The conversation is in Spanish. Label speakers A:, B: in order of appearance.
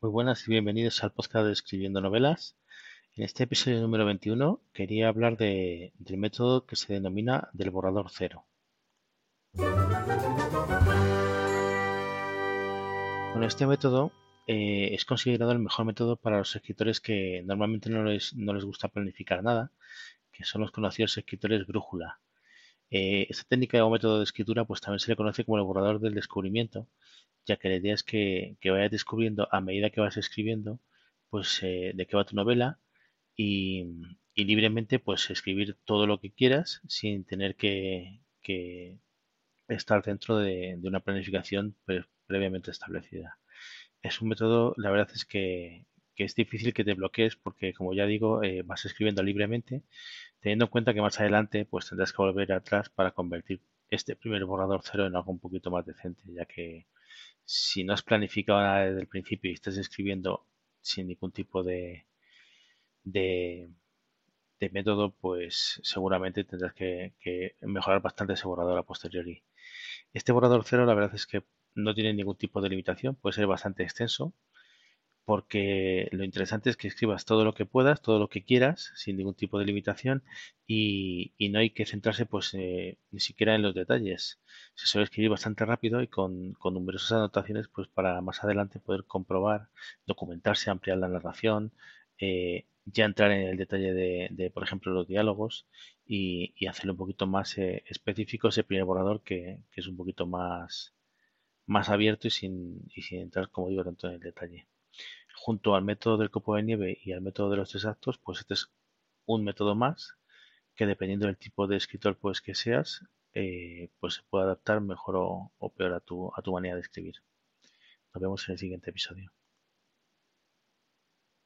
A: Muy buenas y bienvenidos al podcast de Escribiendo Novelas. En este episodio número 21 quería hablar del método que se denomina del borrador cero. Bueno, este método es considerado el mejor método para los escritores que normalmente no les gusta planificar nada, que son los conocidos escritores brújula. Esta técnica o método de escritura pues también se le conoce como el borrador del descubrimiento, ya que la idea es que vayas descubriendo a medida que vas escribiendo pues de qué va tu novela y, y libremente pues escribir todo lo que quieras sin tener que estar dentro de una planificación previamente establecida. Es un método, la verdad es que es difícil que te bloquees porque, como ya digo, vas escribiendo libremente, teniendo en cuenta que más adelante pues tendrás que volver atrás para convertir este primer borrador cero en algo un poquito más decente, ya que si no has planificado nada desde el principio y estás escribiendo sin ningún tipo de, de método, pues seguramente tendrás que mejorar bastante ese borrador a posteriori. Este borrador cero, la verdad es que no tiene ningún tipo de limitación, puede ser bastante extenso, porque lo interesante es que escribas todo lo que puedas, todo lo que quieras, sin ningún tipo de limitación, y no hay que centrarse pues ni siquiera en los detalles. Se suele escribir bastante rápido y con numerosas anotaciones pues para más adelante poder comprobar, documentarse, ampliar la narración, ya entrar en el detalle por ejemplo, los diálogos y hacerlo un poquito más específico ese primer borrador que es un poquito más abierto y sin entrar, como digo, tanto en el detalle. Junto al método del copo de nieve y al método de los tres actos, pues este es un método más que, dependiendo del tipo de escritor pues que seas, pues se puede adaptar mejor o peor a tu manera de escribir. Nos vemos en el siguiente episodio.